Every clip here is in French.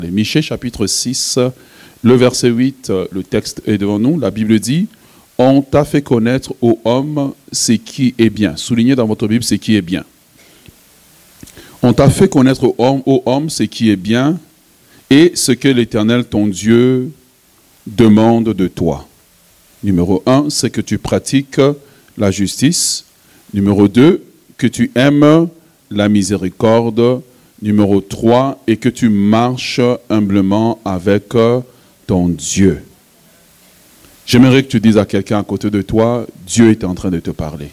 Michée chapitre 6, le verset 8, le texte est devant nous. La Bible dit, « On t'a fait connaître, ô homme, ce qui est bien. » Soulignez dans votre Bible ce qui est bien. « On t'a fait connaître, ô homme, ce qui est bien et ce que l'Éternel, ton Dieu, demande de toi. » Numéro 1, c'est que tu pratiques la justice. Numéro 2, que tu aimes la miséricorde. Numéro 3, et que tu marches humblement avec ton Dieu. J'aimerais que tu dises à quelqu'un à côté de toi, Dieu est en train de te parler.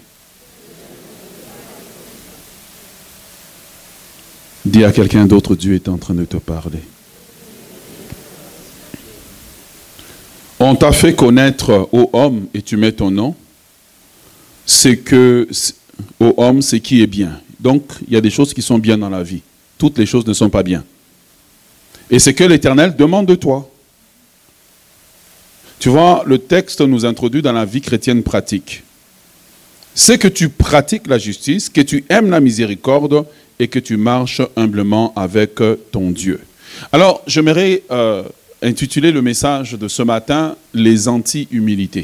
Dis à quelqu'un d'autre, Dieu est en train de te parler. On t'a fait connaître, ô homme, et tu mets ton nom, c'est que, ô homme, c'est qui est bien. Donc, il y a des choses qui sont bien dans la vie. Toutes les choses ne sont pas bien. Et c'est que l'Éternel demande de toi. Tu vois, le texte nous introduit dans la vie chrétienne pratique. C'est que tu pratiques la justice, que tu aimes la miséricorde et que tu marches humblement avec ton Dieu. Alors, j'aimerais intituler le message de ce matin « Les anti-humilités ».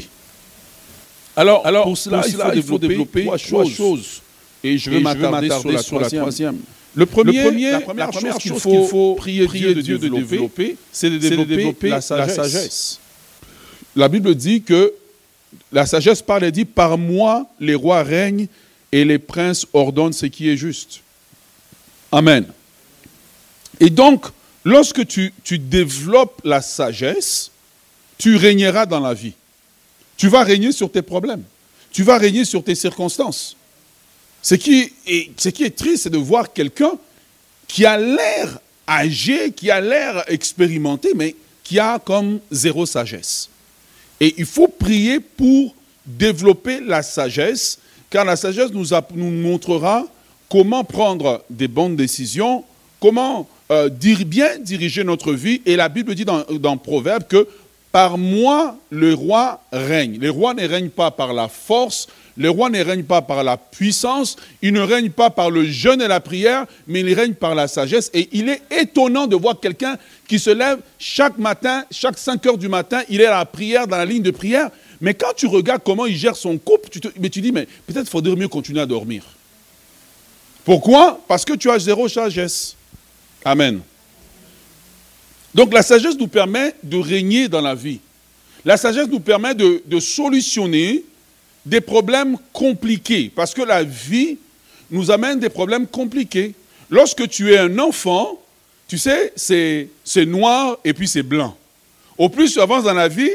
Alors, pour cela, il faut développer trois choses. Et je vais m'attarder sur la troisième. La première chose qu'il faut prier Dieu de développer, c'est de développer la sagesse. La Bible dit que la sagesse parle et dit « Par moi, les rois règnent et les princes ordonnent ce qui est juste. » Amen. Et donc, lorsque tu développes la sagesse, tu régneras dans la vie. Tu vas régner sur tes problèmes. Tu vas régner sur tes circonstances. Ce qui est triste, c'est de voir quelqu'un qui a l'air âgé, qui a l'air expérimenté, mais qui a comme zéro sagesse. Et il faut prier pour développer la sagesse, car la sagesse nous montrera comment prendre des bonnes décisions, comment bien diriger notre vie. Et la Bible dit dans Proverbe que par moi, le roi règne. Les rois ne règnent pas par la force, les rois ne règnent pas par la puissance, ils ne règnent pas par le jeûne et la prière, mais ils règnent par la sagesse. Et il est étonnant de voir quelqu'un qui se lève chaque matin, chaque 5 heures du matin, il est à la prière, dans la ligne de prière. Mais quand tu regardes comment il gère son couple, tu dis, mais peut-être il faudrait mieux continuer à dormir. Pourquoi? Parce que tu as zéro sagesse. Amen. Donc la sagesse nous permet de régner dans la vie. La sagesse nous permet de solutionner des problèmes compliqués. Parce que la vie nous amène des problèmes compliqués. Lorsque tu es un enfant, tu sais, c'est noir et puis c'est blanc. Au plus tu avances dans la vie,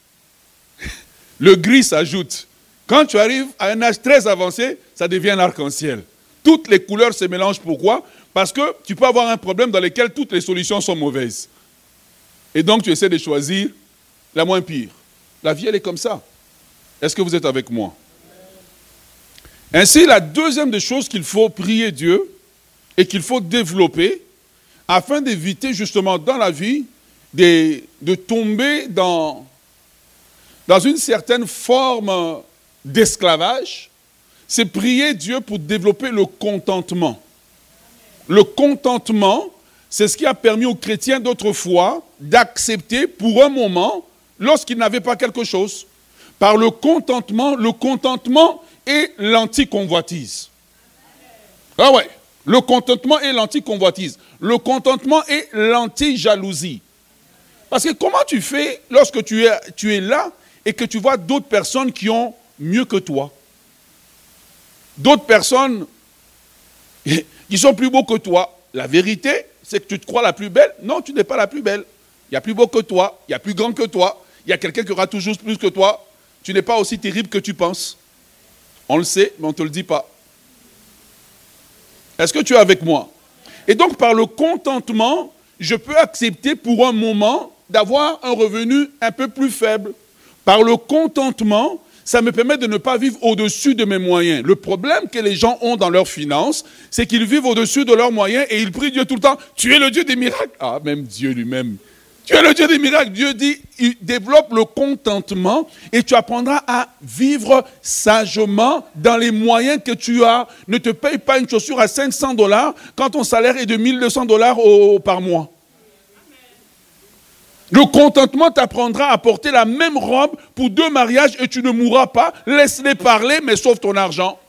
le gris s'ajoute. Quand tu arrives à un âge très avancé, ça devient un arc-en-ciel. Toutes les couleurs se mélangent. Pourquoi? Parce que tu peux avoir un problème dans lequel toutes les solutions sont mauvaises. Et donc, tu essaies de choisir la moins pire. La vie, elle est comme ça. Est-ce que vous êtes avec moi? Ainsi, la deuxième des choses qu'il faut prier Dieu et qu'il faut développer afin d'éviter justement dans la vie de tomber dans une certaine forme d'esclavage, c'est prier Dieu pour développer le contentement. Le contentement, c'est ce qui a permis aux chrétiens d'autrefois d'accepter pour un moment lorsqu'ils n'avaient pas quelque chose. Par le contentement est l'anti-convoitise. Ah ouais, le contentement est l'anti-convoitise. Le contentement est l'anti-jalousie. Parce que comment tu fais lorsque tu es là et que tu vois d'autres personnes qui ont mieux que toi? D'autres personnes qui sont plus beaux que toi. La vérité, c'est que tu te crois la plus belle. Non, tu n'es pas la plus belle. Il y a plus beau que toi, il y a plus grand que toi, il y a quelqu'un qui aura toujours plus que toi. Tu n'es pas aussi terrible que tu penses. On le sait, mais on ne te le dit pas. Est-ce que tu es avec moi? Et donc, par le contentement, je peux accepter pour un moment d'avoir un revenu un peu plus faible. Par le contentement, ça me permet de ne pas vivre au-dessus de mes moyens. Le problème que les gens ont dans leurs finances, c'est qu'ils vivent au-dessus de leurs moyens et ils prient Dieu tout le temps. Tu es le Dieu des miracles. Ah, même Dieu lui-même. Tu es le Dieu des miracles. Dieu dit, il développe le contentement et tu apprendras à vivre sagement dans les moyens que tu as. Ne te paye pas une chaussure à $500 quand ton salaire est de $1 200 par mois. Le contentement t'apprendra à porter la même robe pour 2 mariages et tu ne mourras pas. Laisse-les parler, mais sauve ton argent.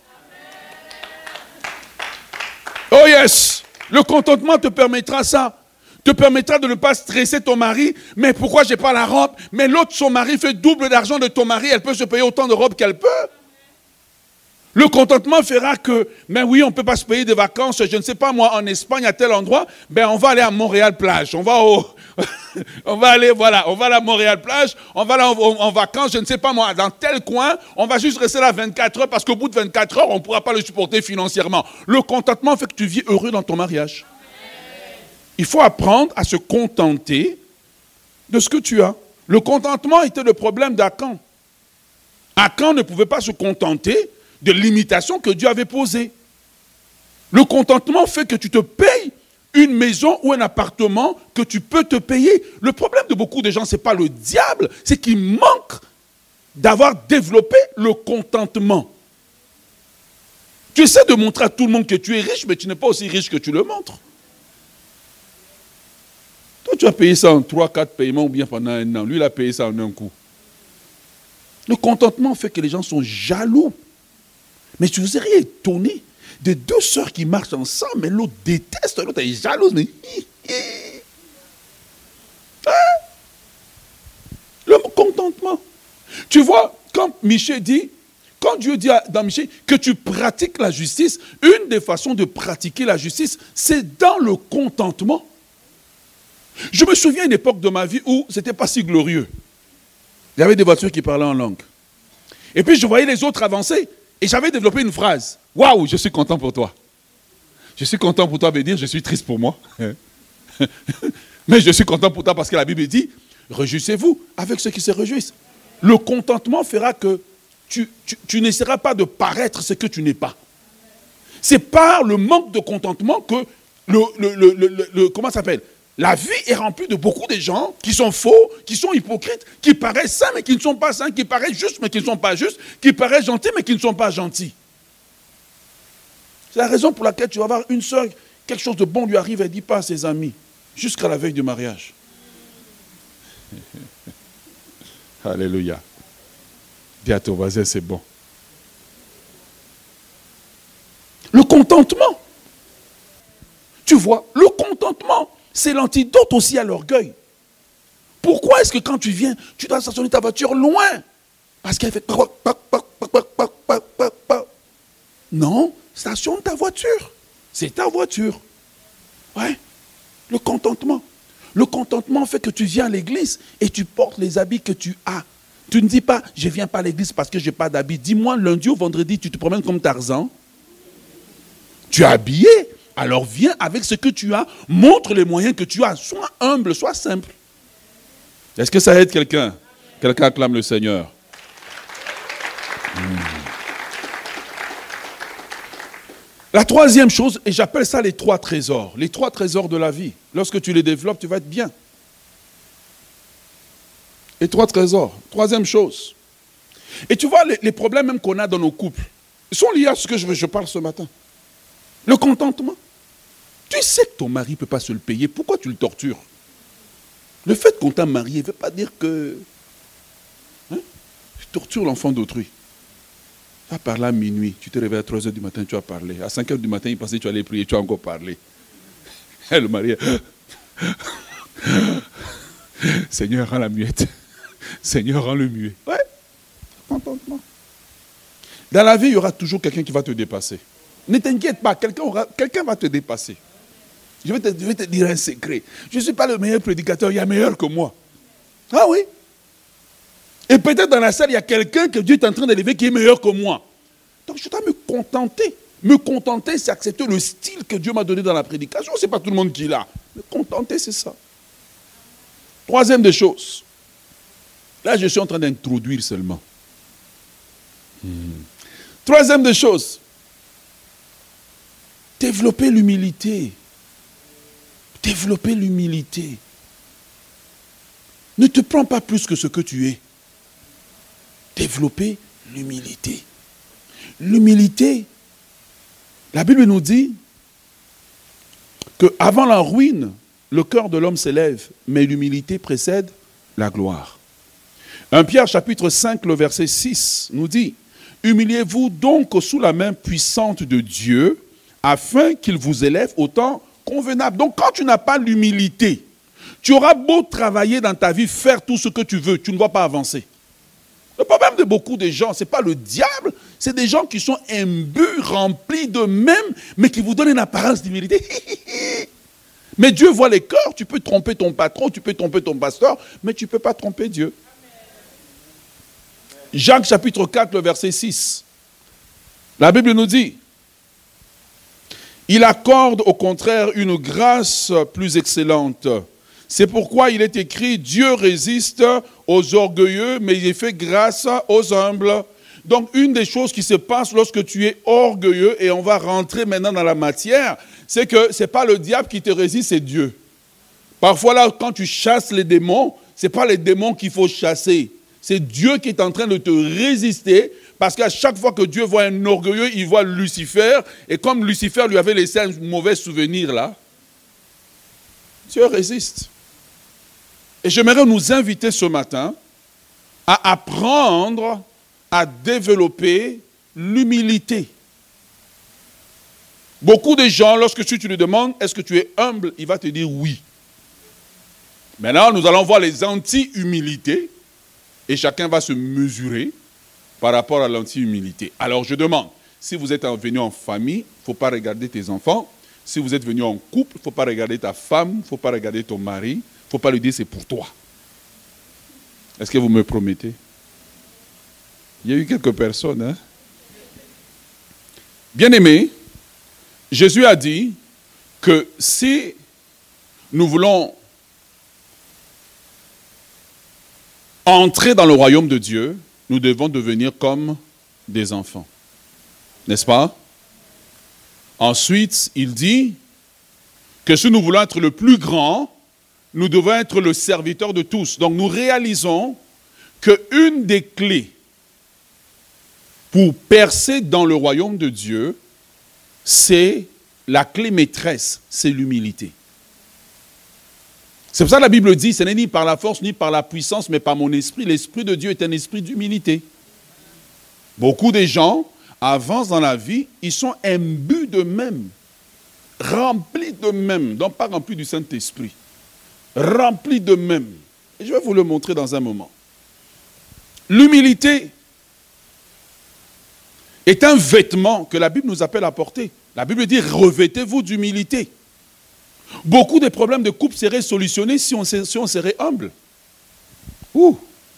Oh yes! Le contentement te permettra ça. Te permettra de ne pas stresser ton mari. Mais pourquoi j'ai pas la robe? Mais l'autre, son mari fait double d'argent de ton mari. Elle peut se payer autant de robes qu'elle peut. Le contentement fera que, mais oui, on ne peut pas se payer des vacances, je ne sais pas moi, en Espagne, à tel endroit, ben on va aller à Montréal-Plage. On va aller, voilà, on va aller à Montréal-Plage, on va aller en vacances, je ne sais pas moi, dans tel coin, on va juste rester là 24 heures parce qu'au bout de 24 heures, on ne pourra pas le supporter financièrement. Le contentement fait que tu vis heureux dans ton mariage. Il faut apprendre à se contenter de ce que tu as. Le contentement était le problème d'Akan. Akan ne pouvait pas se contenter de l'imitation que Dieu avait posée. Le contentement fait que tu te payes une maison ou un appartement que tu peux te payer. Le problème de beaucoup de gens, ce n'est pas le diable, c'est qu'ils manquent d'avoir développé le contentement. Tu essaies de montrer à tout le monde que tu es riche, mais tu n'es pas aussi riche que tu le montres. Toi, tu as payé ça en 3-4 paiements ou bien pendant un an. Lui, il a payé ça en un coup. Le contentement fait que les gens sont jaloux. Mais je vous serais étonné de 2 sœurs qui marchent ensemble, mais l'autre déteste, l'autre est jalouse. Mais... Hein? Le contentement. Tu vois, quand Michée dit, quand Dieu dit dans Michée que tu pratiques la justice, une des façons de pratiquer la justice, c'est dans le contentement. Je me souviens d'une époque de ma vie où ce n'était pas si glorieux. Il y avait des voitures qui parlaient en langue. Et puis je voyais les autres avancer. Et j'avais développé une phrase. Waouh, je suis content pour toi. Je suis content pour toi veut dire je suis triste pour moi. Mais je suis content pour toi parce que la Bible dit, réjouissez-vous avec ceux qui se réjouissent. Le contentement fera que tu n'essaieras pas de paraître ce que tu n'es pas. C'est par le manque de contentement que comment ça s'appelle? La vie est remplie de beaucoup de gens qui sont faux, qui sont hypocrites, qui paraissent saints mais qui ne sont pas saints, qui paraissent justes mais qui ne sont pas justes, qui paraissent gentils mais qui ne sont pas gentils. C'est la raison pour laquelle tu vas voir une soeur, quelque chose de bon lui arrive, elle ne dit pas à ses amis, jusqu'à la veille du mariage. Alléluia. Dis à ton voisin, c'est bon. Le contentement. Tu vois, le contentement. C'est l'antidote aussi à l'orgueil. Pourquoi est-ce que quand tu viens, tu dois stationner ta voiture loin? Parce qu'elle fait... Non, stationne ta voiture. C'est ta voiture. Ouais. Le contentement. Le contentement fait que tu viens à l'église et tu portes les habits que tu as. Tu ne dis pas, je ne viens pas à l'église parce que je n'ai pas d'habits. Dis-moi, lundi ou vendredi, tu te promènes comme Tarzan. Tu es habillé. Alors viens avec ce que tu as, montre les moyens que tu as, sois humble, sois simple. Est-ce que ça aide quelqu'un? Quelqu'un acclame le Seigneur. La troisième chose, et j'appelle ça les 3 trésors de la vie. Lorsque tu les développes, tu vas être bien. Les 3 trésors. Troisième chose. Et tu vois, les problèmes même qu'on a dans nos couples, sont liés à ce que je parle ce matin. Le contentement. Tu sais que ton mari ne peut pas se le payer. Pourquoi tu le tortures? Le fait qu'on t'a marié ne veut pas dire que... Hein? Tu tortures l'enfant d'autrui. Tu as parlé à minuit. Tu te réveilles à 3h du matin, tu as parlé. À 5h du matin, il pensait que tu allais prier, tu as encore parlé. Et le mari... Seigneur, rends la muette. Seigneur, rends le muet. Ouais. Contentement. Dans la vie, il y aura toujours quelqu'un qui va te dépasser. Ne t'inquiète pas, quelqu'un va te dépasser. Je vais te dire un secret. Je ne suis pas le meilleur prédicateur, il y a meilleur que moi. Ah oui. Et peut-être dans la salle, il y a quelqu'un que Dieu est en train d'élever qui est meilleur que moi. Donc je dois me contenter. Me contenter, c'est accepter le style que Dieu m'a donné dans la prédication. Ce n'est pas tout le monde qui l'a. Me contenter, c'est ça. Troisième des choses. Là, je suis en train d'introduire seulement. Troisième des choses. Développer l'humilité. Développer l'humilité. Ne te prends pas plus que ce que tu es. Développer l'humilité. L'humilité, la Bible nous dit qu'avant la ruine le cœur de l'homme s'élève, mais l'humilité précède la gloire. 1 Pierre chapitre 5, le verset 6 nous dit, « Humiliez-vous donc sous la main puissante de Dieu, afin qu'il vous élève au temps convenable. » Donc quand tu n'as pas l'humilité, tu auras beau travailler dans ta vie, faire tout ce que tu veux, tu ne vas pas avancer. Le problème de beaucoup de gens, ce n'est pas le diable, c'est des gens qui sont imbus, remplis d'eux-mêmes, mais qui vous donnent une apparence d'humilité. Mais Dieu voit les cœurs, tu peux tromper ton patron, tu peux tromper ton pasteur, mais tu ne peux pas tromper Dieu. Jacques chapitre 4, le verset 6. La Bible nous dit, « Il accorde au contraire une grâce plus excellente. C'est pourquoi il est écrit, Dieu résiste aux orgueilleux, mais il fait grâce aux humbles. » Donc, une des choses qui se passe lorsque tu es orgueilleux, et on va rentrer maintenant dans la matière, c'est que ce n'est pas le diable qui te résiste, c'est Dieu. Parfois, là, quand tu chasses les démons, ce n'est pas les démons qu'il faut chasser. C'est Dieu qui est en train de te résister, parce qu'à chaque fois que Dieu voit un orgueilleux, il voit Lucifer, et comme Lucifer lui avait laissé un mauvais souvenir là, Dieu résiste. Et j'aimerais nous inviter ce matin à apprendre à développer l'humilité. Beaucoup de gens, lorsque tu lui demandes, est-ce que tu es humble, il va te dire oui. Maintenant, nous allons voir les anti-humilités, et chacun va se mesurer par rapport à l'anti-humilité. Alors je demande, si vous êtes venu en famille, il ne faut pas regarder tes enfants. Si vous êtes venu en couple, il ne faut pas regarder ta femme, il ne faut pas regarder ton mari. Il ne faut pas lui dire c'est pour toi. Est-ce que vous me promettez? Il y a eu quelques personnes. Hein? Bien-aimés, Jésus a dit que si nous voulons entrer dans le royaume de Dieu, nous devons devenir comme des enfants. N'est-ce pas? Ensuite, il dit que si nous voulons être le plus grand, nous devons être le serviteur de tous. Donc nous réalisons qu'une des clés pour percer dans le royaume de Dieu, c'est la clé maîtresse, c'est l'humilité. C'est pour ça que la Bible dit, ce n'est ni par la force, ni par la puissance, mais par mon esprit. L'esprit de Dieu est un esprit d'humilité. Beaucoup de gens avancent dans la vie, ils sont imbus d'eux-mêmes, remplis d'eux-mêmes, donc pas remplis du Saint-Esprit, remplis d'eux-mêmes. Et je vais vous le montrer dans un moment. L'humilité est un vêtement que la Bible nous appelle à porter. La Bible dit, revêtez-vous d'humilité. Beaucoup de problèmes de couple seraient solutionnés si on serait humble. Ouh.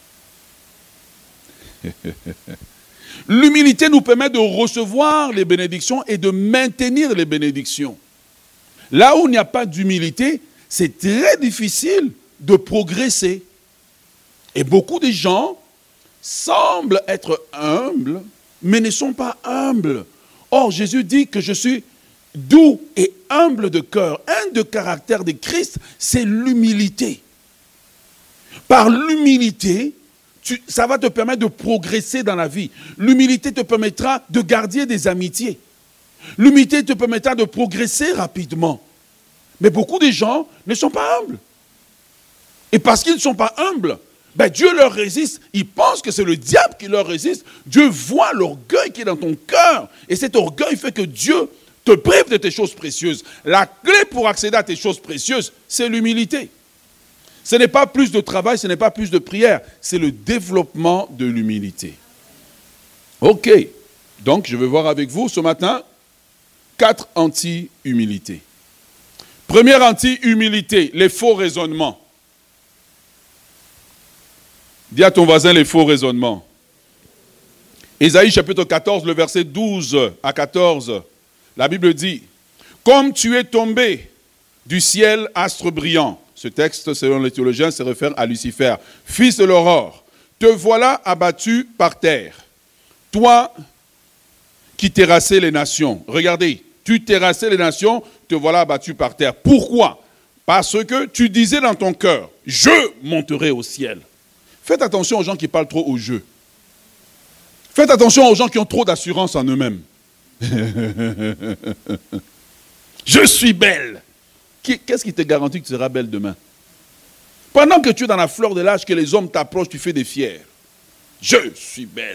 L'humilité nous permet de recevoir les bénédictions et de maintenir les bénédictions. Là où il n'y a pas d'humilité, c'est très difficile de progresser. Et beaucoup de gens semblent être humbles, mais ne sont pas humbles. Or, Jésus dit que je suis doux et humble de cœur. Un des caractères de Christ, c'est l'humilité. Par l'humilité, ça va te permettre de progresser dans la vie. L'humilité te permettra de garder des amitiés. L'humilité te permettra de progresser rapidement. Mais beaucoup de gens ne sont pas humbles. Et parce qu'ils ne sont pas humbles, Dieu leur résiste. Ils pensent que c'est le diable qui leur résiste. Dieu voit l'orgueil qui est dans ton cœur. Et cet orgueil fait que Dieu te prive de tes choses précieuses. La clé pour accéder à tes choses précieuses, c'est l'humilité. Ce n'est pas plus de travail, ce n'est pas plus de prière, c'est le développement de l'humilité. Ok, donc je vais voir avec vous ce matin 4 anti-humilités. Première anti-humilité, les faux raisonnements. Dis à ton voisin les faux raisonnements. Ésaïe chapitre 14, le verset 12 à 14. La Bible dit, « Comme tu es tombé du ciel, astre brillant », ce texte, selon les théologiens, se réfère à Lucifer, « Fils de l'aurore, te voilà abattu par terre, toi qui terrassais les nations. » Regardez, tu terrassais les nations, te voilà abattu par terre. Pourquoi? Parce que tu disais dans ton cœur, « Je monterai au ciel. » Faites attention aux gens qui parlent trop au jeu. Faites attention aux gens qui ont trop d'assurance en eux-mêmes. Je suis belle. Qu'est-ce qui te garantit que tu seras belle demain? Pendant que tu es dans la fleur de l'âge, que les hommes t'approchent, tu fais des fiers. Je suis belle.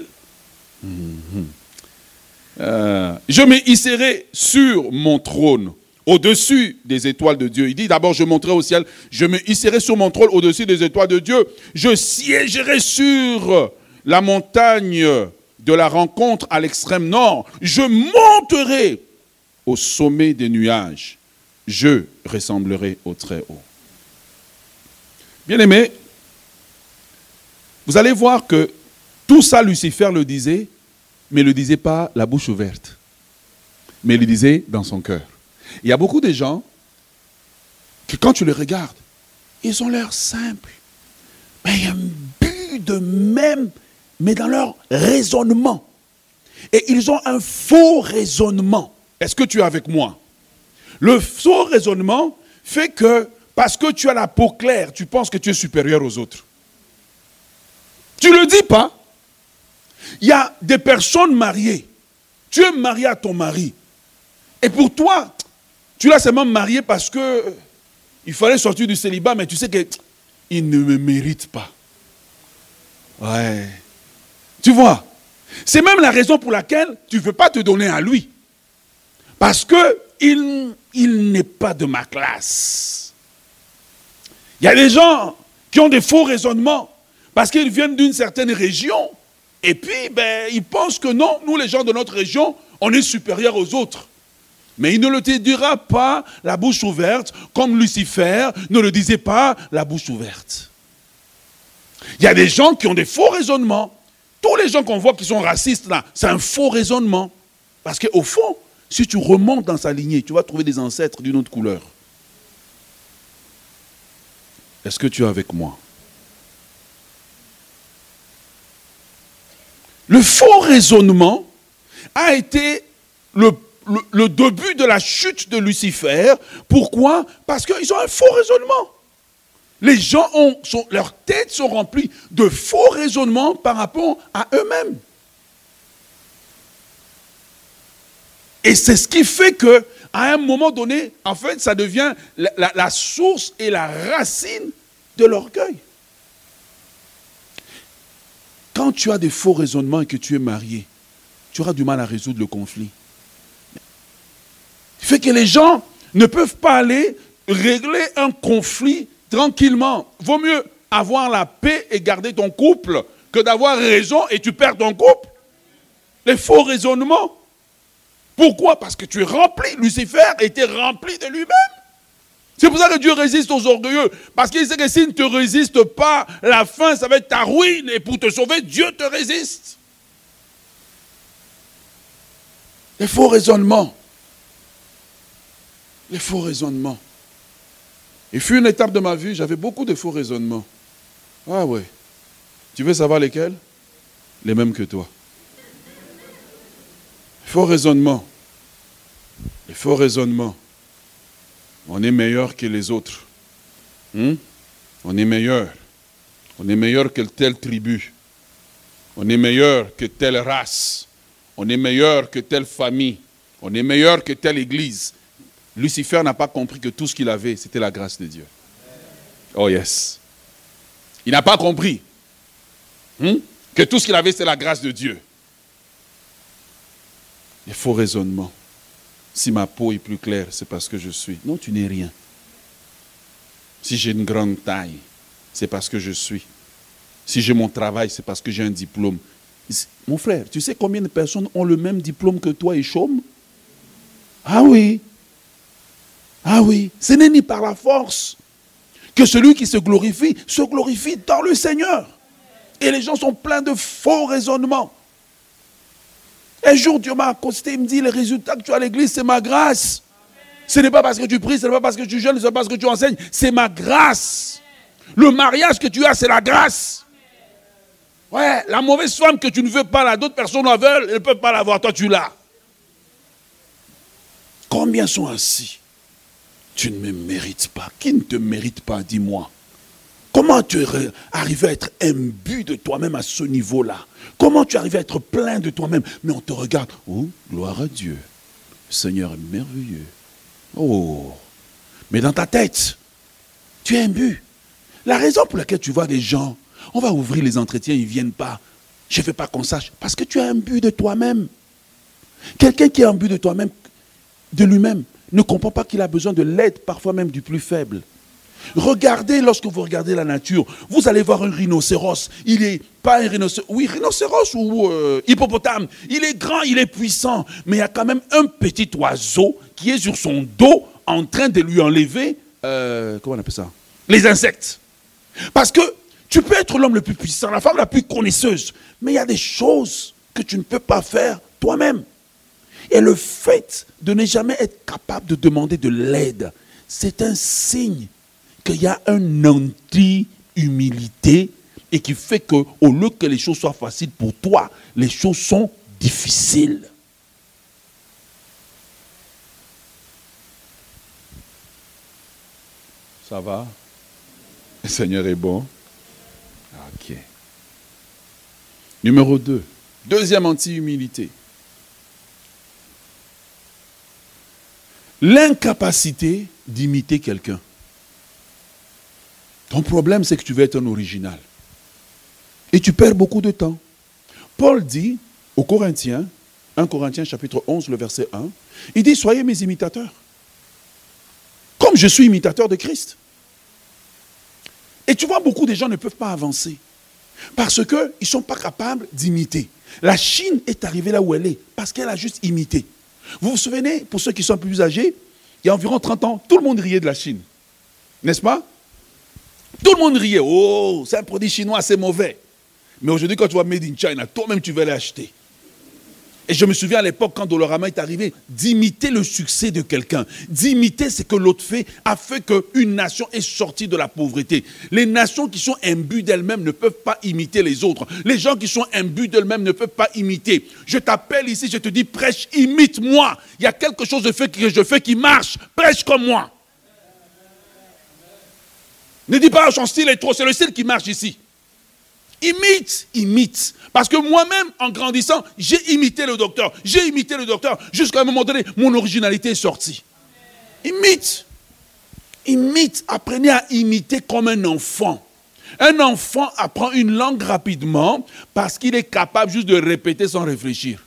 Je me hisserai sur mon trône, au-dessus des étoiles de Dieu. Il dit d'abord, je monterai au ciel, je me hisserai sur mon trône, au-dessus des étoiles de Dieu. Je siégerai sur la montagne de la rencontre à l'extrême nord. Je monterai au sommet des nuages. Je ressemblerai au Très-Haut. Bien-aimés, vous allez voir que tout ça, Lucifer le disait, mais ne le disait pas la bouche ouverte, mais il le disait dans son cœur. Il y a beaucoup de gens que quand tu les regardes, ils ont l'air simples, mais il y a un but de même, mais dans leur raisonnement. Et ils ont un faux raisonnement. Est-ce que tu es avec moi? Le faux raisonnement fait que, parce que tu as la peau claire, tu penses que tu es supérieur aux autres. Tu ne le dis pas. Il y a des personnes mariées. Tu es marié à ton mari. Et pour toi, tu l'as seulement marié parce que il fallait sortir du célibat, mais tu sais qu'il ne me mérite pas. Ouais. Tu vois, c'est même la raison pour laquelle tu ne veux pas te donner à lui. Parce qu'il n'est pas de ma classe. Il y a des gens qui ont des faux raisonnements parce qu'ils viennent d'une certaine région et puis ils pensent que non, nous les gens de notre région, on est supérieurs aux autres. Mais il ne le dira pas la bouche ouverte comme Lucifer ne le disait pas la bouche ouverte. Il y a des gens qui ont des faux raisonnements. Tous les gens qu'on voit qui sont racistes là, c'est un faux raisonnement. Parce qu'au fond, si tu remontes dans sa lignée, tu vas trouver des ancêtres d'une autre couleur. Est-ce que tu es avec moi? Le faux raisonnement a été le début de la chute de Lucifer. Pourquoi? Parce qu'ils ont un faux raisonnement. Les gens leurs têtes sont remplies de faux raisonnements par rapport à eux-mêmes. Et c'est ce qui fait que, à un moment donné, en fait, ça devient la source et la racine de l'orgueil. Quand tu as des faux raisonnements et que tu es marié, tu auras du mal à résoudre le conflit. Il fait que les gens ne peuvent pas aller régler un conflit tranquillement. Vaut mieux avoir la paix et garder ton couple que d'avoir raison et tu perds ton couple. Les faux raisonnements. Pourquoi? Parce que tu es rempli. Lucifer était rempli de lui-même. C'est pour ça que Dieu résiste aux orgueilleux. Parce qu'il sait que s'il ne te résiste pas, la fin, ça va être ta ruine. Et pour te sauver, Dieu te résiste. Les faux raisonnements. Les faux raisonnements. Il fut une étape de ma vie, j'avais beaucoup de faux raisonnements. Ah ouais. Tu veux savoir lesquels? Les mêmes que toi. Faux raisonnements. Les faux raisonnements. On est meilleur que les autres. On est meilleur. On est meilleur que telle tribu. On est meilleur que telle race. On est meilleur que telle famille. On est meilleur que telle église. Lucifer n'a pas compris que tout ce qu'il avait, c'était la grâce de Dieu. Oh yes. Il n'a pas compris que tout ce qu'il avait, c'est la grâce de Dieu. Les faux raisonnements. Si ma peau est plus claire, c'est parce que je suis. Non, tu n'es rien. Si j'ai une grande taille, c'est parce que je suis. Si j'ai mon travail, c'est parce que j'ai un diplôme. Mon frère, tu sais combien de personnes ont le même diplôme que toi et chôment? Ah oui. Ah oui. Ce n'est ni par la force que celui qui se glorifie dans le Seigneur. Et les gens sont pleins de faux raisonnements. Un jour, Dieu m'a accosté, il me dit, les résultats que tu as à l'église, c'est ma grâce. Ce n'est pas parce que tu pries, ce n'est pas parce que tu jeûnes, ce n'est pas parce que tu enseignes, c'est ma grâce. Le mariage que tu as, c'est la grâce. Ouais, la mauvaise femme que tu ne veux pas, là, d'autres personnes la veulent, elles ne peuvent pas l'avoir, toi tu l'as. Combien sont assis? Tu ne me mérites pas. Qui ne te mérite pas, dis-moi? Comment tu es arrivé à être imbu de toi-même à ce niveau-là? Comment tu arrives à être plein de toi-même? Mais on te regarde. Oh, gloire à Dieu. Le Seigneur est merveilleux. Oh. Mais dans ta tête, tu es imbu. La raison pour laquelle tu vois des gens, on va ouvrir les entretiens, ils ne viennent pas. Je ne fais pas qu'on sache. Parce que tu es imbu de toi-même. Quelqu'un qui est imbu de toi-même, de lui-même, ne comprend pas qu'il a besoin de l'aide, parfois même du plus faible. Regardez, lorsque vous regardez la nature, vous allez voir un rhinocéros. Il n'est pas un rhinocéros, oui, rhinocéros ou hippopotame. Il est grand, il est puissant, mais il y a quand même un petit oiseau qui est sur son dos en train de lui enlever, comment on appelle ça? Les insectes. Parce que tu peux être l'homme le plus puissant, la femme la plus connaisseuse, mais il y a des choses que tu ne peux pas faire toi-même. Et le fait de ne jamais être capable de demander de l'aide, c'est un signe qu'il y a un anti-humilité et qui fait qu'au lieu que les choses soient faciles pour toi, les choses sont difficiles. Ça va? Le Seigneur est bon. Ok. Numéro 2. Deuxième anti-humilité. L'incapacité d'imiter quelqu'un. Ton problème, c'est que tu veux être un original. Et tu perds beaucoup de temps. Paul dit aux Corinthiens, 1 Corinthiens chapitre 11, le verset 1, il dit, soyez mes imitateurs. Comme je suis imitateur de Christ. Et tu vois, beaucoup de gens ne peuvent pas avancer. Parce qu'ils ne sont pas capables d'imiter. La Chine est arrivée là où elle est, parce qu'elle a juste imité. Vous vous souvenez, pour ceux qui sont plus âgés, il y a environ 30 ans, tout le monde riait de la Chine. N'est-ce pas? Tout le monde riait. Oh, c'est un produit chinois, c'est mauvais. Mais aujourd'hui, quand tu vois Made in China, toi-même, tu vas l'acheter. Et je me souviens à l'époque, quand Dolorama est arrivé, d'imiter le succès de quelqu'un, d'imiter ce que l'autre fait, a fait qu'une nation est sortie de la pauvreté. Les nations qui sont imbues d'elles-mêmes ne peuvent pas imiter les autres. Les gens qui sont imbus d'elles-mêmes ne peuvent pas imiter. Je t'appelle ici, je te dis, prêche, imite-moi. Il y a quelque chose que je fais qui marche. Prêche comme moi. Ne dis pas, son style est trop, c'est le style qui marche ici. Imite. Parce que moi-même, en grandissant, j'ai imité le docteur. J'ai imité le docteur. Jusqu'à un moment donné, mon originalité est sortie. Imite. Apprenez à imiter comme un enfant. Un enfant apprend une langue rapidement parce qu'il est capable juste de répéter sans réfléchir.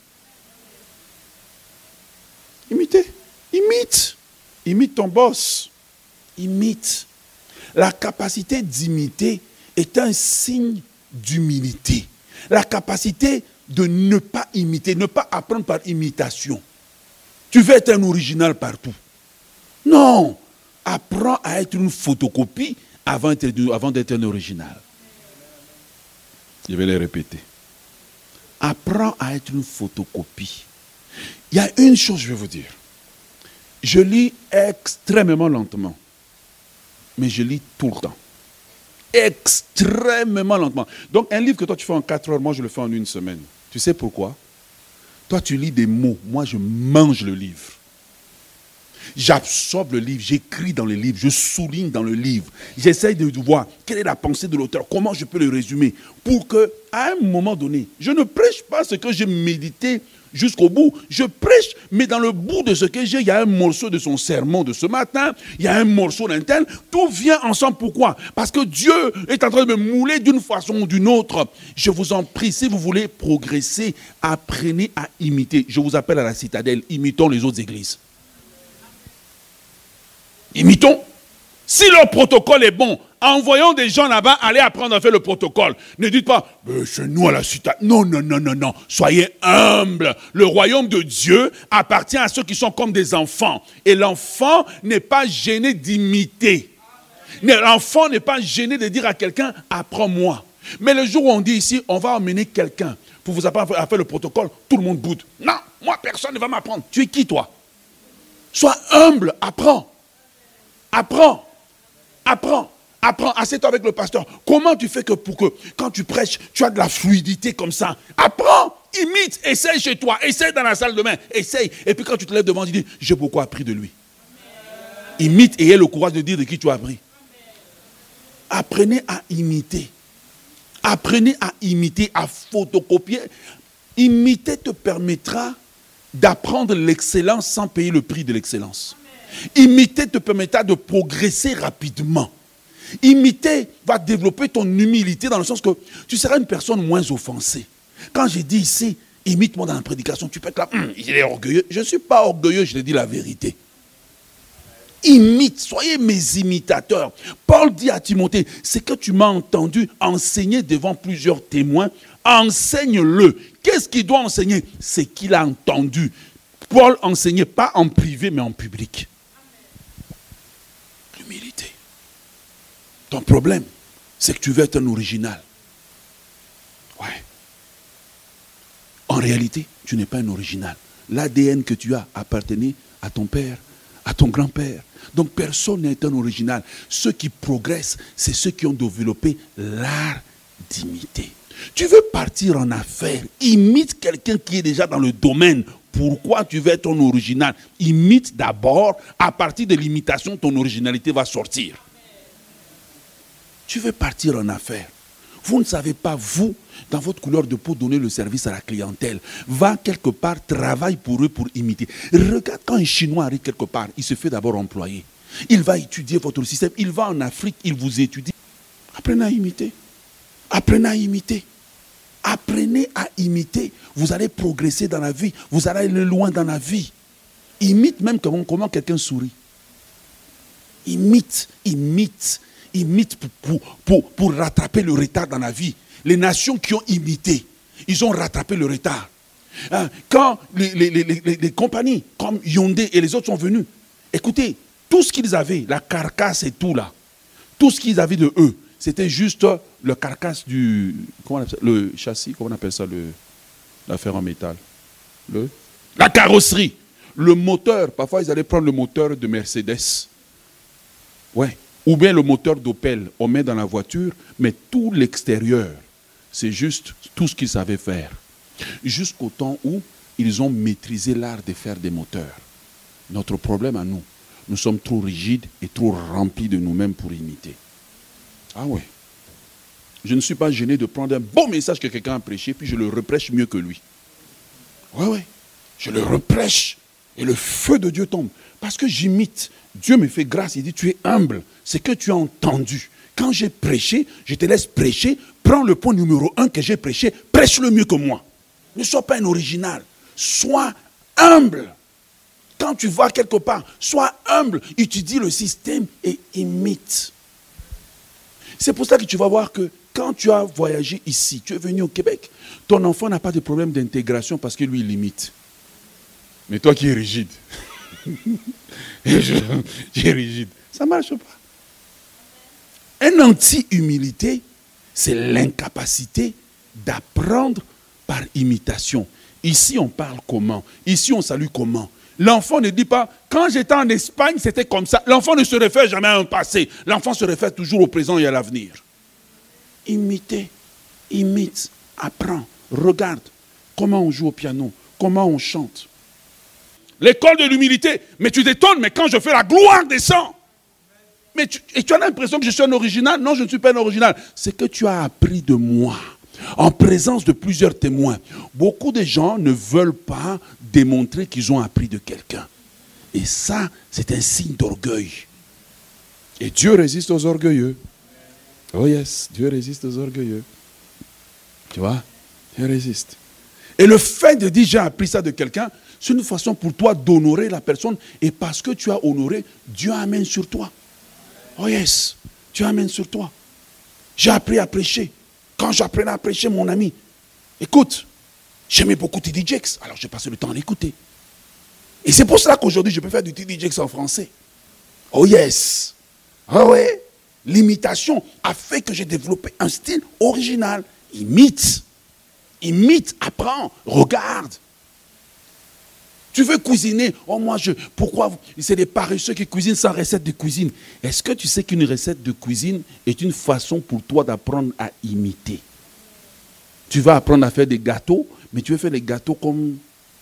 Imite ton boss. Imite. La capacité d'imiter est un signe d'humilité. La capacité de ne pas imiter, ne pas apprendre par imitation. Tu veux être un original partout. Non. Apprends à être une photocopie avant d'être un original. Je vais les répéter. Apprends à être une photocopie. Il y a une chose, je vais vous dire. Je lis extrêmement lentement. Mais je lis tout le temps. Extrêmement lentement. Donc un livre que toi tu fais en 4 heures, moi je le fais en 1 semaine. Tu sais pourquoi? Toi tu lis des mots, moi je mange le livre. J'absorbe le livre, j'écris dans le livre, je souligne dans le livre. J'essaye de voir quelle est la pensée de l'auteur, comment je peux le résumer. Pour qu'à un moment donné, je ne prêche pas ce que j'ai médité jusqu'au bout. Je prêche, mais dans le bout de ce que j'ai, il y a un morceau de son sermon de ce matin, il y a un morceau d'un tel. Tout vient ensemble. Pourquoi? Parce que Dieu est en train de me mouler d'une façon ou d'une autre. Je vous en prie, si vous voulez progresser, apprenez à imiter. Je vous appelle à la citadelle, imitons les autres églises. Imitons. Si leur protocole est bon, envoyons des gens là-bas aller apprendre à faire le protocole. Ne dites pas, chez nous à la citadelle. Non. Soyez humbles. Le royaume de Dieu appartient à ceux qui sont comme des enfants. Et l'enfant n'est pas gêné d'imiter. L'enfant n'est pas gêné de dire à quelqu'un, apprends-moi. Mais le jour où on dit ici, on va emmener quelqu'un pour vous apprendre à faire le protocole, tout le monde boude. Non, moi personne ne va m'apprendre. Tu es qui toi? Sois humble, apprends. Apprends. Assieds-toi avec le pasteur. Comment tu fais pour que quand tu prêches, tu as de la fluidité comme ça? Apprends, imite, essaye chez toi, essaye dans la salle de bain, essaye. Et puis quand tu te lèves devant, tu dis, j'ai beaucoup appris de lui. Imite et aie le courage de dire de qui tu as appris. Apprenez à imiter. Apprenez à imiter, à photocopier. Imiter te permettra d'apprendre l'excellence sans payer le prix de l'excellence. Imiter te permettra de progresser rapidement. Imiter va développer ton humilité dans le sens que tu seras une personne moins offensée. Quand j'ai dit ici, imite-moi dans la prédication, tu peux être là, il est orgueilleux. Je ne suis pas orgueilleux, je te dis la vérité. Imite, soyez mes imitateurs. Paul dit à Timothée, ce que tu m'as entendu enseigner devant plusieurs témoins, enseigne-le. Qu'est-ce qu'il doit enseigner? C'est qu'il a entendu. Paul enseignait pas en privé, mais en public. L'humilité. Ton problème, c'est que tu veux être un original. Ouais. En réalité, tu n'es pas un original. L'ADN que tu as appartenait à ton père, à ton grand-père. Donc personne n'est un original. Ceux qui progressent, c'est ceux qui ont développé l'art d'imiter. Tu veux partir en affaires, imite quelqu'un qui est déjà dans le domaine. Pourquoi tu veux être un original? Imite d'abord, à partir de l'imitation, ton originalité va sortir. Tu veux partir en affaires. Vous ne savez pas, vous, dans votre couleur de peau, donner le service à la clientèle. Va quelque part, travaille pour eux pour imiter. Regarde quand un Chinois arrive quelque part, il se fait d'abord employer. Il va étudier votre système. Il va en Afrique, il vous étudie. Apprenez à imiter. Apprenez à imiter. Apprenez à imiter. Vous allez progresser dans la vie. Vous allez aller loin dans la vie. Imite même comment quelqu'un sourit. Imite, imite. Imite pour rattraper le retard dans la vie. Les nations qui ont imité, ils ont rattrapé le retard. Quand les compagnies comme Hyundai et les autres sont venus, écoutez, tout ce qu'ils avaient, la carcasse et tout là, tout ce qu'ils avaient de eux, c'était juste le carcasse du, comment on appelle ça, le châssis, comment on appelle ça, la fer en métal, la carrosserie, le moteur. Parfois ils allaient prendre le moteur de Mercedes. Ouais. Ou bien le moteur d'Opel, on met dans la voiture, mais tout l'extérieur, c'est juste tout ce qu'ils savaient faire. Jusqu'au temps où ils ont maîtrisé l'art de faire des moteurs. Notre problème à nous, nous sommes trop rigides et trop remplis de nous-mêmes pour imiter. Ah oui. Je ne suis pas gêné de prendre un bon message que quelqu'un a prêché, puis je le reprêche mieux que lui. Oui, oui. Je le reprêche et le feu de Dieu tombe. Parce que j'imite. Dieu me fait grâce, il dit, tu es humble. C'est que tu as entendu. Quand j'ai prêché, je te laisse prêcher. Prends le point numéro 1 que j'ai prêché, prêche-le mieux que moi. Ne sois pas un original. Sois humble. Quand tu vas quelque part, sois humble. Étudie le système et imite. C'est pour ça que tu vas voir que quand tu as voyagé ici, tu es venu au Québec, ton enfant n'a pas de problème d'intégration parce que lui, il imite. Mais toi qui es rigide, tu es rigide, ça ne marche pas. Un anti-humilité, c'est l'incapacité d'apprendre par imitation. Ici, on parle comment? Ici, on salue comment? L'enfant ne dit pas, quand j'étais en Espagne, c'était comme ça. L'enfant ne se réfère jamais à un passé. L'enfant se réfère toujours au présent et à l'avenir. Imiter, imite, apprends, regarde comment on joue au piano, comment on chante. L'école de l'humilité, mais tu t'étonnes, mais quand je fais la gloire descend. Mais tu as l'impression que je suis un original? Non, je ne suis pas un original. C'est que tu as appris de moi, en présence de plusieurs témoins. Beaucoup de gens ne veulent pas démontrer qu'ils ont appris de quelqu'un. Et ça, c'est un signe d'orgueil. Et Dieu résiste aux orgueilleux. Oh yes, Dieu résiste aux orgueilleux. Tu vois, Dieu résiste. Et le fait de dire j'ai appris ça de quelqu'un, c'est une façon pour toi d'honorer la personne. Et parce que tu as honoré, Dieu amène sur toi. Oh yes, Dieu amène sur toi. J'ai appris à prêcher. Quand j'apprenais à prêcher, mon ami, écoute, j'aimais beaucoup T.D. Jakes, alors j'ai passé le temps à l'écouter. Et c'est pour cela qu'aujourd'hui, je peux faire du T.D. Jakes en français. Oh yes. Oh ouais. L'imitation a fait que j'ai développé un style original. Imite. Imite, apprends, regarde. Tu veux cuisiner? Oh moi, pourquoi? C'est des paresseux qui cuisinent sans recette de cuisine. Est-ce que tu sais qu'une recette de cuisine est une façon pour toi d'apprendre à imiter? Tu vas apprendre à faire des gâteaux, mais tu veux faire les gâteaux comme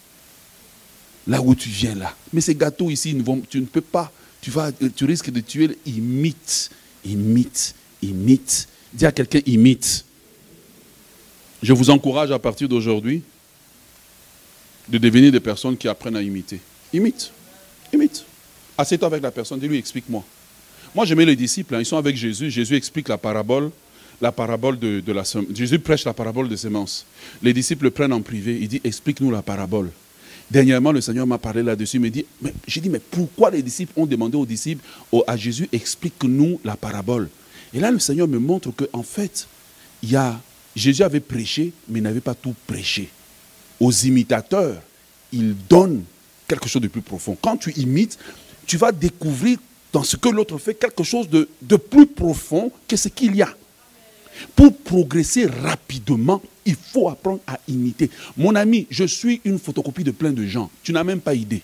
là où tu viens là. Mais ces gâteaux ici, tu ne peux pas. Tu risques de tuer. Imite, imite, imite. Dis à quelqu'un, imite. Je vous encourage à partir d'aujourd'hui de devenir des personnes qui apprennent à imiter. Imite. Imite. Assieds-toi avec la personne, dis-lui, explique-moi. Moi, j'aimais les disciples, hein, ils sont avec Jésus. Jésus explique la parabole de la semence. Jésus prêche la parabole de sémence. Les disciples le prennent en privé. Il dit, explique-nous la parabole. Dernièrement, le Seigneur m'a parlé là-dessus. J'ai dit, mais pourquoi les disciples ont demandé aux disciples, à Jésus, explique-nous la parabole. Et là, le Seigneur me montre qu'en fait, Jésus avait prêché, mais il n'avait pas tout prêché. Aux imitateurs, il donne quelque chose de plus profond. Quand tu imites, tu vas découvrir dans ce que l'autre fait quelque chose de plus profond que ce qu'il y a. Pour progresser rapidement, il faut apprendre à imiter. Mon ami, je suis une photocopie de plein de gens. Tu n'as même pas idée.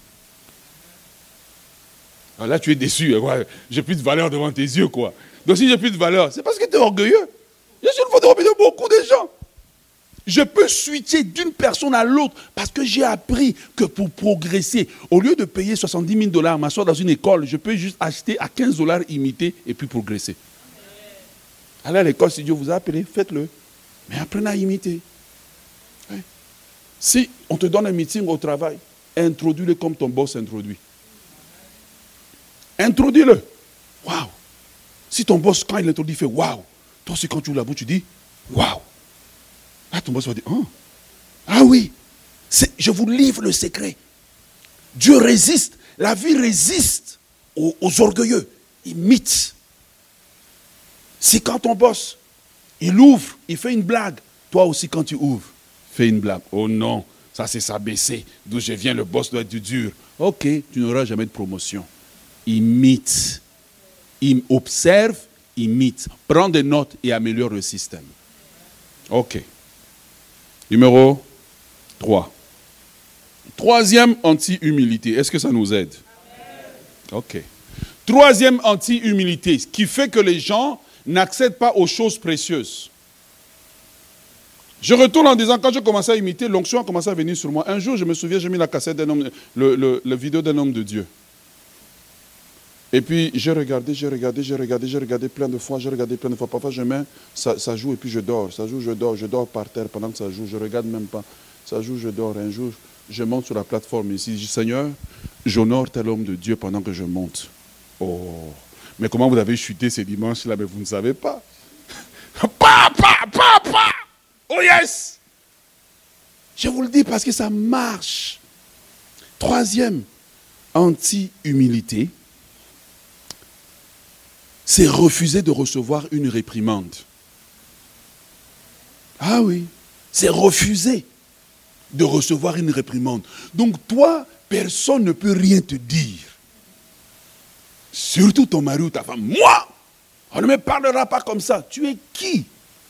Alors là, tu es déçu. J'ai plus de valeur devant tes yeux, quoi. Donc si j'ai plus de valeur, c'est parce que tu es orgueilleux. Je suis une photocopie de beaucoup de gens. Je peux switcher d'une personne à l'autre parce que j'ai appris que pour progresser, au lieu de payer 70 000 $, m'asseoir dans une école, je peux juste acheter à 15 $, imiter et puis progresser. Allez à l'école, si Dieu vous a appelé, faites-le. Mais apprenez à imiter. Ouais. Si on te donne un meeting au travail, introduis-le comme ton boss introduit. Introduis-le. Waouh. Si ton boss, quand il introduit, fait waouh. Toi aussi, quand tu ouvres la bouche, tu dis waouh. Là, ton boss va dire oh. Ah oui. Je vous livre le secret. Dieu résiste. La vie résiste aux orgueilleux. Imite. Si quand ton boss, il ouvre, il fait une blague, toi aussi quand tu ouvres, fais une blague. Oh non, ça c'est s'abaisser. D'où je viens, le boss doit être dur. Ok, tu n'auras jamais de promotion. Imite. Observe, imite. Prends des notes et améliore le système. Ok. Numéro 3. Troisième anti-humilité. Est-ce que ça nous aide? Ok. Troisième anti-humilité, ce qui fait que les gens n'accèdent pas aux choses précieuses. Je retourne en disant, quand j'ai commencé à imiter, l'onction a commencé à venir sur moi. Un jour, je me souviens, j'ai mis la cassette d'un homme, la vidéo d'un homme de Dieu. Et puis, j'ai regardé plein de fois, Parfois, je mets, ça joue et puis je dors. Ça joue, je dors par terre pendant que ça joue. Je ne regarde même pas. Ça joue, je dors. Un jour, je monte sur la plateforme ici. Je dis, Seigneur, j'honore tel homme de Dieu pendant que je monte. Oh, mais comment vous avez chuté ces dimanches-là, mais vous ne savez pas. Oh yes! Je vous le dis parce que ça marche. Troisième anti-humilité, c'est refuser de recevoir une réprimande. Ah oui, c'est refuser de recevoir une réprimande. Donc toi, personne ne peut rien te dire. Surtout ton mari ou ta femme. Moi, on ne me parlera pas comme ça. Tu es qui?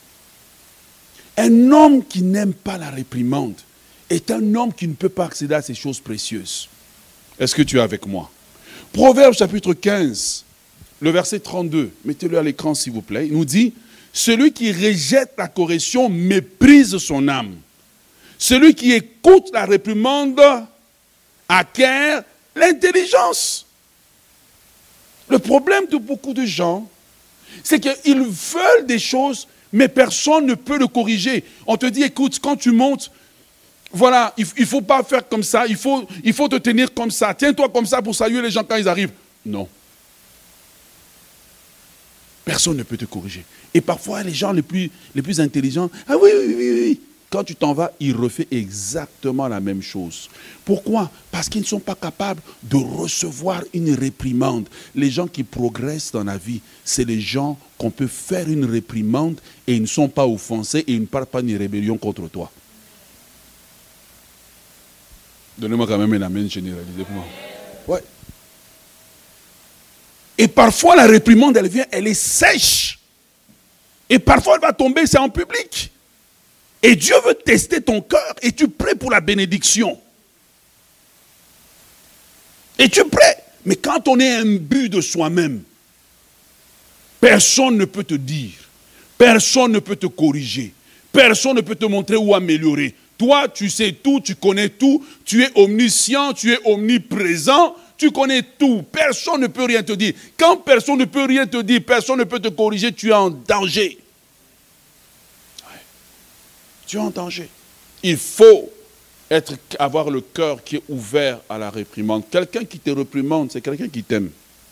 Un homme qui n'aime pas la réprimande est un homme qui ne peut pas accéder à ces choses précieuses. Est-ce que tu es avec moi? Proverbe chapitre 15, le verset 32. Mettez-le à l'écran s'il vous plaît. Il nous dit, celui qui rejette la correction méprise son âme. Celui qui écoute la réprimande acquiert l'intelligence. Le problème de beaucoup de gens, c'est qu'ils veulent des choses, mais personne ne peut le corriger. On te dit, écoute, quand tu montes, voilà, il ne faut pas faire comme ça, il faut te tenir comme ça, tiens-toi comme ça pour saluer les gens quand ils arrivent. Non. Personne ne peut te corriger. Et parfois, les gens les plus intelligents, ah oui. Quand tu t'en vas, ils refont exactement la même chose. Pourquoi? Parce qu'ils ne sont pas capables de recevoir une réprimande. Les gens qui progressent dans la vie, c'est les gens qu'on peut faire une réprimande et ils ne sont pas offensés et ils ne parlent pas d'une rébellion contre toi. Donnez-moi quand même un amen généralisé pour moi. Ouais. Et parfois, la réprimande, elle vient, elle est sèche. Et parfois, elle va tomber, c'est en public. Et Dieu veut tester ton cœur. Et tu prêt pour la bénédiction. Et tu prêt. Mais quand on est imbu de soi-même, personne ne peut te dire. Personne ne peut te corriger. Personne ne peut te montrer où améliorer. Toi, tu sais tout, tu connais tout. Tu es omniscient, tu es omniprésent. Tu connais tout. Personne ne peut rien te dire. Quand personne ne peut rien te dire, personne ne peut te corriger, tu es en danger. Tu es en danger. Il faut avoir le cœur qui est ouvert à la réprimande. Quelqu'un qui te réprimande, c'est quelqu'un qui t'aime.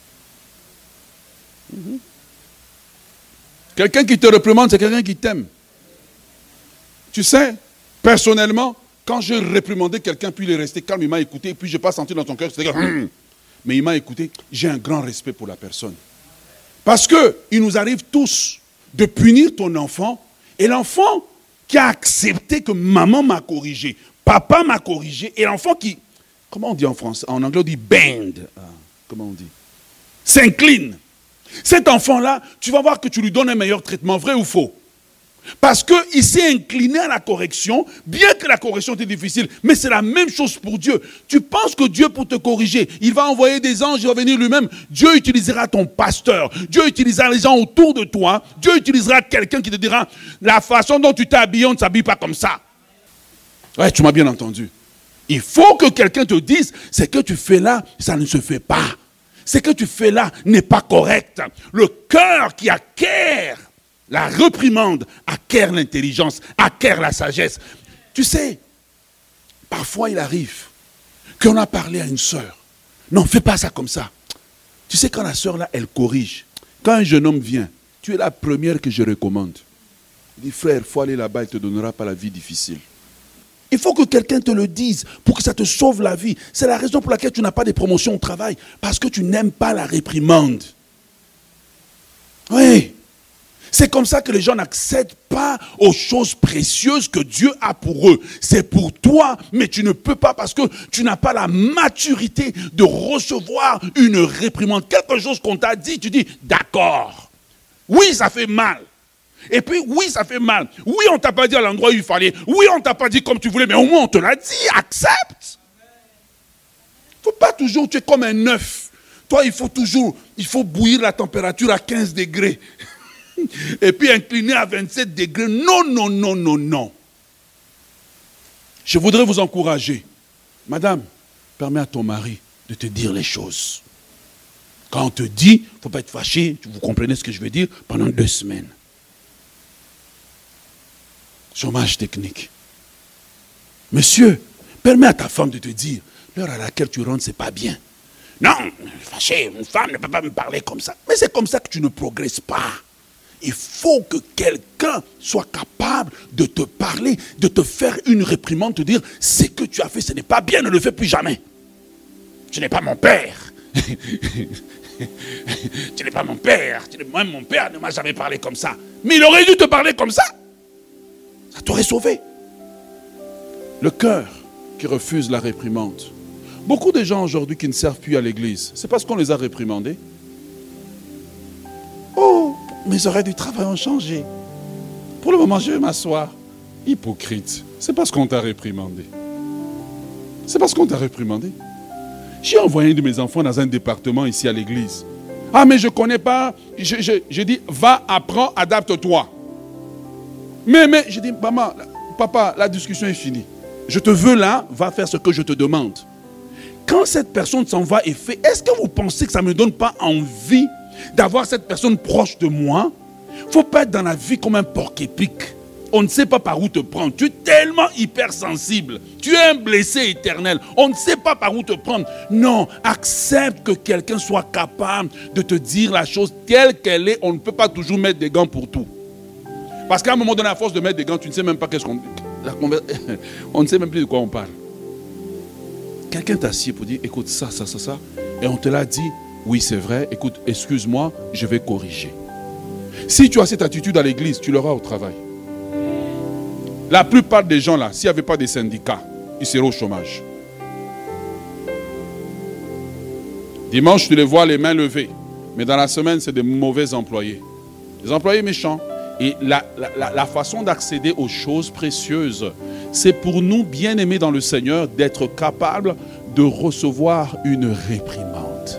Quelqu'un qui te réprimande, c'est quelqu'un qui t'aime. Tu sais, personnellement, quand j'ai réprimandé quelqu'un, puis il est resté calme, il m'a écouté, puis je n'ai pas senti dans ton cœur, c'est-à-dire, mais il m'a écouté, j'ai un grand respect pour la personne. Parce qu'il nous arrive tous de punir ton enfant, et l'enfant qui a accepté que maman m'a corrigé, papa m'a corrigé, et l'enfant qui, comment on dit en français, en anglais on dit bend, comment on dit, s'incline. Cet enfant-là, tu vas voir que tu lui donnes un meilleur traitement, vrai ou faux? Parce qu'il s'est incliné à la correction, bien que la correction était difficile, mais c'est la même chose pour Dieu. Tu penses que Dieu, pour te corriger, il va envoyer des anges, il va venir lui-même. Dieu utilisera ton pasteur, Dieu utilisera les gens autour de toi, Dieu utilisera quelqu'un qui te dira, la façon dont tu t'es habillé, on ne s'habille pas comme ça. Ouais, tu m'as bien entendu. Il faut que quelqu'un te dise, ce que tu fais là, ça ne se fait pas. Ce que tu fais là n'est pas correct. Le cœur qui acquiert la réprimande acquiert l'intelligence, acquiert la sagesse. Tu sais, parfois il arrive qu'on a parlé à une sœur. Non, fais pas ça comme ça. Tu sais, quand la sœur là, elle corrige. Quand un jeune homme vient, tu es la première que je recommande. Il dit, frère, il faut aller là-bas, il ne te donnera pas la vie difficile. Il faut que quelqu'un te le dise pour que ça te sauve la vie. C'est la raison pour laquelle tu n'as pas de promotion au travail. Parce que tu n'aimes pas la réprimande. Oui. C'est comme ça que les gens n'accèdent pas aux choses précieuses que Dieu a pour eux. C'est pour toi, mais tu ne peux pas parce que tu n'as pas la maturité de recevoir une réprimande. Quelque chose qu'on t'a dit, tu dis, d'accord. Oui, ça fait mal. Et puis, oui, ça fait mal. Oui, on ne t'a pas dit à l'endroit où il fallait. Oui, on ne t'a pas dit comme tu voulais, mais au moins on te l'a dit. Accepte. Il ne faut pas toujours, tu es comme un œuf. Toi, il faut bouillir la température à 15 degrés. Et puis incliner à 27 degrés. Non, non, non, non, non. Je voudrais vous encourager. Madame, permets à ton mari de te dire les choses. Quand on te dit, il ne faut pas être fâché, vous comprenez ce que je veux dire, pendant 2 semaines. Chômage technique. Monsieur, permets à ta femme de te dire, l'heure à laquelle tu rentres, ce n'est pas bien. Non, fâché, une femme ne peut pas me parler comme ça. Mais c'est comme ça que tu ne progresses pas. Il faut que quelqu'un soit capable de te parler, de te faire une réprimande, te dire, ce que tu as fait, ce n'est pas bien, ne le fais plus jamais. Tu n'es pas mon père. Tu n'es pas mon père. Moi, mon père ne m'a jamais parlé comme ça. Mais il aurait dû te parler comme ça. Ça t'aurait sauvé. Le cœur qui refuse la réprimande. Beaucoup de gens aujourd'hui qui ne servent plus à l'église, c'est parce qu'on les a réprimandés. Oh, mes horaires du travail ont changé. Pour le moment, je vais m'asseoir. Hypocrite. C'est parce qu'on t'a réprimandé. C'est parce qu'on t'a réprimandé. J'ai envoyé un de mes enfants dans un département ici à l'église. Ah, mais je ne connais pas. J'ai dit, va, apprends, adapte-toi. Mais, j'ai dit, maman, papa, la discussion est finie. Je te veux là, va faire ce que je te demande. Quand cette personne s'en va et fait, est-ce que vous pensez que ça ne me donne pas envie d'avoir cette personne proche de moi? Il ne faut pas être dans la vie comme un porc-épic. On ne sait pas par où te prendre. Tu es tellement hypersensible. Tu es un blessé éternel. On ne sait pas par où te prendre. Non, accepte que quelqu'un soit capable de te dire la chose telle qu'elle est. On ne peut pas toujours mettre des gants pour tout. Parce qu'à un moment donné, à force de mettre des gants, tu ne sais même pas qu'est-ce qu'on... On ne sait même plus de quoi on parle. Quelqu'un t'assied pour dire, écoute, ça. Et on te l'a dit, oui, c'est vrai. Écoute, excuse-moi, je vais corriger. Si tu as cette attitude à l'église, tu l'auras au travail. La plupart des gens là, s'il n'y avait pas de syndicats, ils seraient au chômage. Dimanche, tu les vois les mains levées. Mais dans la semaine, c'est des mauvais employés. Des employés méchants. Et la façon d'accéder aux choses précieuses, c'est pour nous, bien-aimés dans le Seigneur, d'être capables de recevoir une réprimande.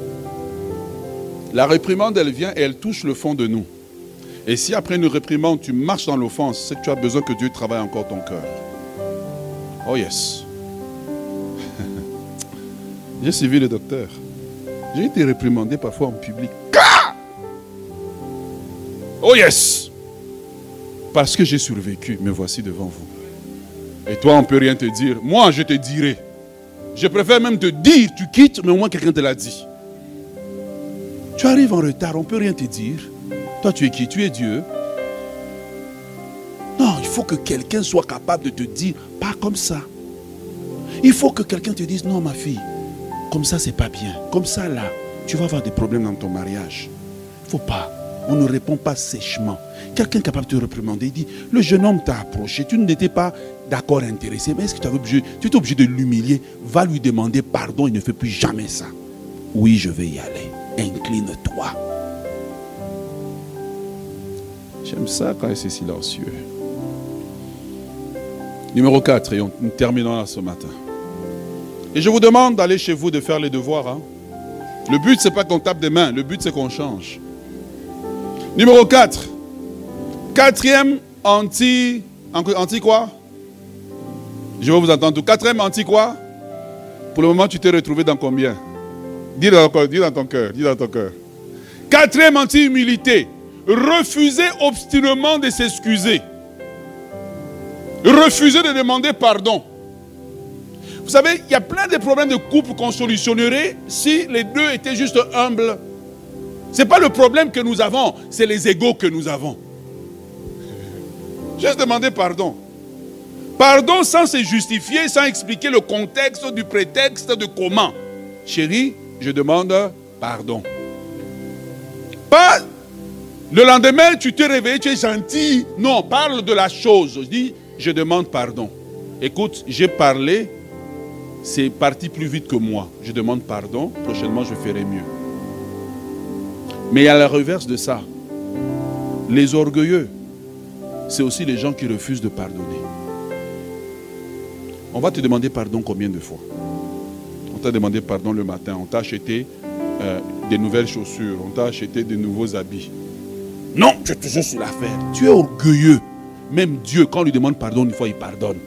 La réprimande, elle vient et elle touche le fond de nous. Et si après une réprimande, tu marches dans l'offense, c'est que tu as besoin que Dieu travaille encore ton cœur. Oh yes. J'ai suivi le docteur. J'ai été réprimandé parfois en public. Oh yes. Parce que j'ai survécu, me voici devant vous. Et toi, on ne peut rien te dire. Moi, je te dirai. Je préfère même te dire, tu quittes, mais au moins quelqu'un te l'a dit. Tu arrives en retard, on ne peut rien te dire. Toi, tu es qui? Tu es Dieu. Non, il faut que quelqu'un soit capable de te dire, pas comme ça. Il faut que quelqu'un te dise, non ma fille, comme ça c'est pas bien. Comme ça là, tu vas avoir des problèmes dans ton mariage. Il ne faut pas. On ne répond pas sèchement. Quelqu'un capable de te réprimander, il dit, le jeune homme t'a approché, tu n'étais pas d'accord intéressé, mais est-ce que tu étais obligé de l'humilier? Va lui demander pardon, il ne fait plus jamais ça. Oui, je vais y aller. Incline-toi. J'aime ça quand c'est silencieux. Numéro 4, et nous terminons là ce matin. Et je vous demande d'aller chez vous, de faire les devoirs. Hein. Le but, ce n'est pas qu'on tape des mains, le but, c'est qu'on change. Numéro 4. Quatrième anti quoi? Je vais vous entendre. Quatrième anti quoi? Pour le moment, tu t'es retrouvé dans combien? Dis dans ton cœur. Quatrième anti-humilité. Refuser obstinément de s'excuser. Refuser de demander pardon. Vous savez, il y a plein de problèmes de couple qu'on solutionnerait si les deux étaient juste humbles. Ce n'est pas le problème que nous avons, c'est les égos que nous avons. Juste demander pardon. Pardon sans se justifier, sans expliquer le contexte du prétexte de comment. Chérie, je demande pardon. Pas le lendemain, tu t'es réveillé, tu es gentil. Non, parle de la chose. Je dis, je demande pardon. Écoute, j'ai parlé, c'est parti plus vite que moi. Je demande pardon, prochainement je ferai mieux. Mais il y a la reverse de ça. Les orgueilleux, c'est aussi les gens qui refusent de pardonner. On va te demander pardon combien de fois? On t'a demandé pardon le matin, on t'a acheté des nouvelles chaussures, on t'a acheté de nouveaux habits. Non, tu es toujours sur l'affaire. Tu es orgueilleux. Même Dieu, quand on lui demande pardon, une fois, il pardonne.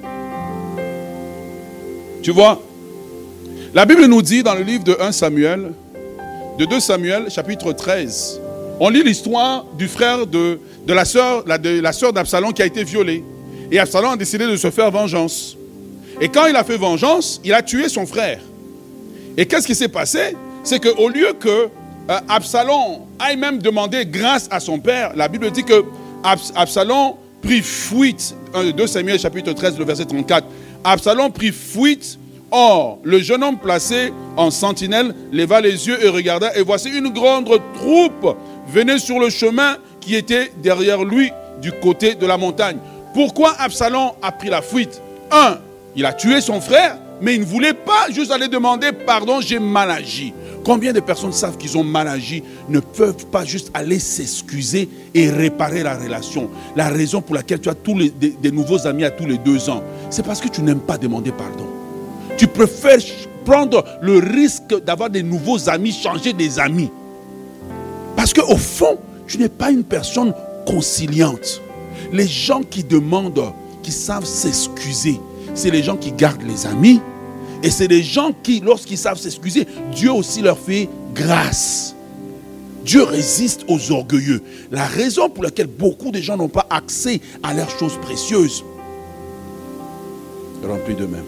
Tu vois, la Bible nous dit dans le livre de 1 Samuel, de 2 Samuel, chapitre 13, on lit l'histoire du frère de la sœur d'Absalom qui a été violée. Et Absalom a décidé de se faire vengeance. Et quand il a fait vengeance, il a tué son frère. Et qu'est-ce qui s'est passé? C'est qu'au lieu que Absalom aille même demander grâce à son père, la Bible dit que Absalom prit fuite. 2 Samuel chapitre 13, le verset 34. Absalom prit fuite. Or, le jeune homme placé en sentinelle leva les yeux et regarda, et voici une grande troupe venait sur le chemin qui était derrière lui du côté de la montagne. Pourquoi Absalom a pris la fuite? Il a tué son frère, mais il ne voulait pas juste aller demander pardon, j'ai mal agi. Combien de personnes savent qu'ils ont mal agi, ne peuvent pas juste aller s'excuser et réparer la relation? La raison pour laquelle tu as des nouveaux amis à tous les 2 ans, c'est parce que tu n'aimes pas demander pardon. Tu préfères prendre le risque d'avoir des nouveaux amis, changer des amis. Parce qu'au fond, tu n'es pas une personne conciliante. Les gens qui demandent, qui savent s'excuser, c'est les gens qui gardent les amis. Et c'est les gens qui, lorsqu'ils savent s'excuser, Dieu aussi leur fait grâce. Dieu résiste aux orgueilleux. La raison pour laquelle beaucoup de gens n'ont pas accès à leurs choses précieuses, remplis d'eux-mêmes.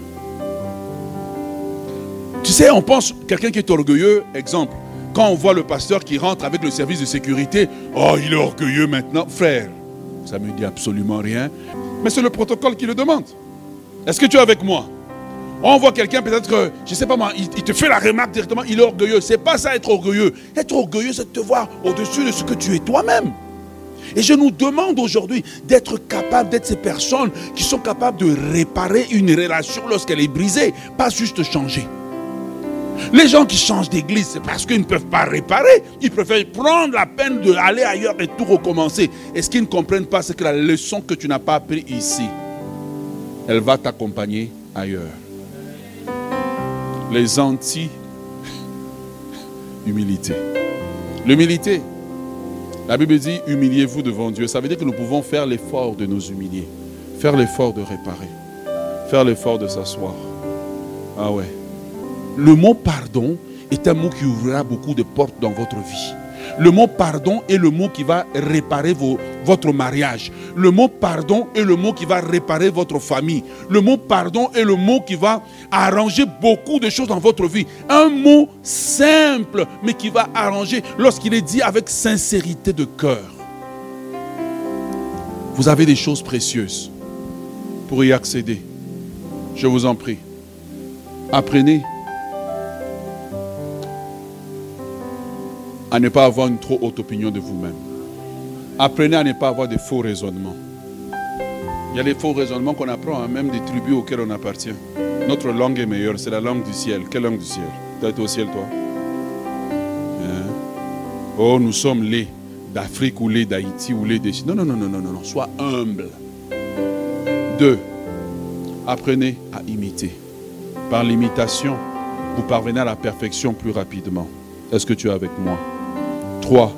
Tu sais, on pense, quelqu'un qui est orgueilleux, exemple, quand on voit le pasteur qui rentre avec le service de sécurité, oh, il est orgueilleux maintenant. Frère, ça ne me dit absolument rien. Mais c'est le protocole qui le demande. Est-ce que tu es avec moi? On voit quelqu'un, peut-être, je ne sais pas moi, il te fait la remarque directement, il est orgueilleux. Ce n'est pas ça être orgueilleux. Être orgueilleux, c'est de te voir au-dessus de ce que tu es toi-même. Et je nous demande aujourd'hui d'être capable d'être ces personnes qui sont capables de réparer une relation lorsqu'elle est brisée, pas juste changer. Les gens qui changent d'église, c'est parce qu'ils ne peuvent pas réparer. Ils préfèrent prendre la peine d'aller ailleurs et tout recommencer. Et ce qu'ils ne comprennent pas, c'est que la leçon que tu n'as pas apprise ici, elle va t'accompagner ailleurs. Les anti-humilité. L'humilité. La Bible dit, humiliez-vous devant Dieu. Ça veut dire que nous pouvons faire l'effort de nous humilier. Faire l'effort de réparer. Faire l'effort de s'asseoir. Ah ouais. Le mot pardon est un mot qui ouvrira beaucoup de portes dans votre vie. Le mot pardon est le mot qui va réparer votre mariage. Le mot pardon est le mot qui va réparer votre famille. Le mot pardon est le mot qui va arranger beaucoup de choses dans votre vie. Un mot simple, mais qui va arranger lorsqu'il est dit avec sincérité de cœur. Vous avez des choses précieuses pour y accéder. Je vous en prie. Apprenez à ne pas avoir une trop haute opinion de vous-même. Apprenez à ne pas avoir de faux raisonnements. Il y a des faux raisonnements qu'on apprend, même des tribus auxquelles on appartient. Notre langue est meilleure, c'est la langue du ciel. Quelle langue du ciel? Tu as été au ciel, toi? Hein? Oh, nous sommes les d'Afrique ou les d'Haïti ou les de... Non, non, non, non, non, non, sois humble. 2. Apprenez à imiter. Par l'imitation, vous parvenez à la perfection plus rapidement. Est-ce que tu es avec moi? 3.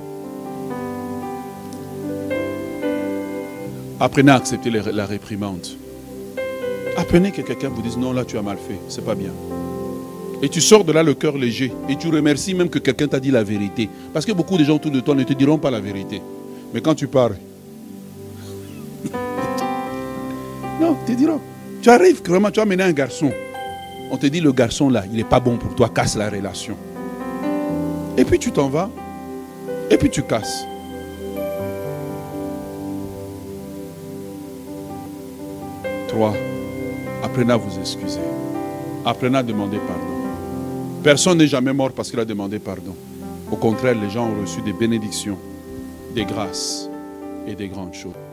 Apprenez à accepter la réprimande. Apprenez que quelqu'un vous dise non, là tu as mal fait, c'est pas bien. Et tu sors de là le cœur léger. Et tu remercies même que quelqu'un t'a dit la vérité. Parce que beaucoup de gens autour de toi ne te diront pas la vérité. Mais quand tu pars, non, te diront. Tu arrives vraiment, tu as amené un garçon. On te dit le garçon là, il n'est pas bon pour toi, casse la relation. Et puis tu t'en vas. Et puis tu casses. 3. Apprenez à vous excuser. Apprenez à demander pardon. Personne n'est jamais mort parce qu'il a demandé pardon. Au contraire, les gens ont reçu des bénédictions, des grâces et des grandes choses.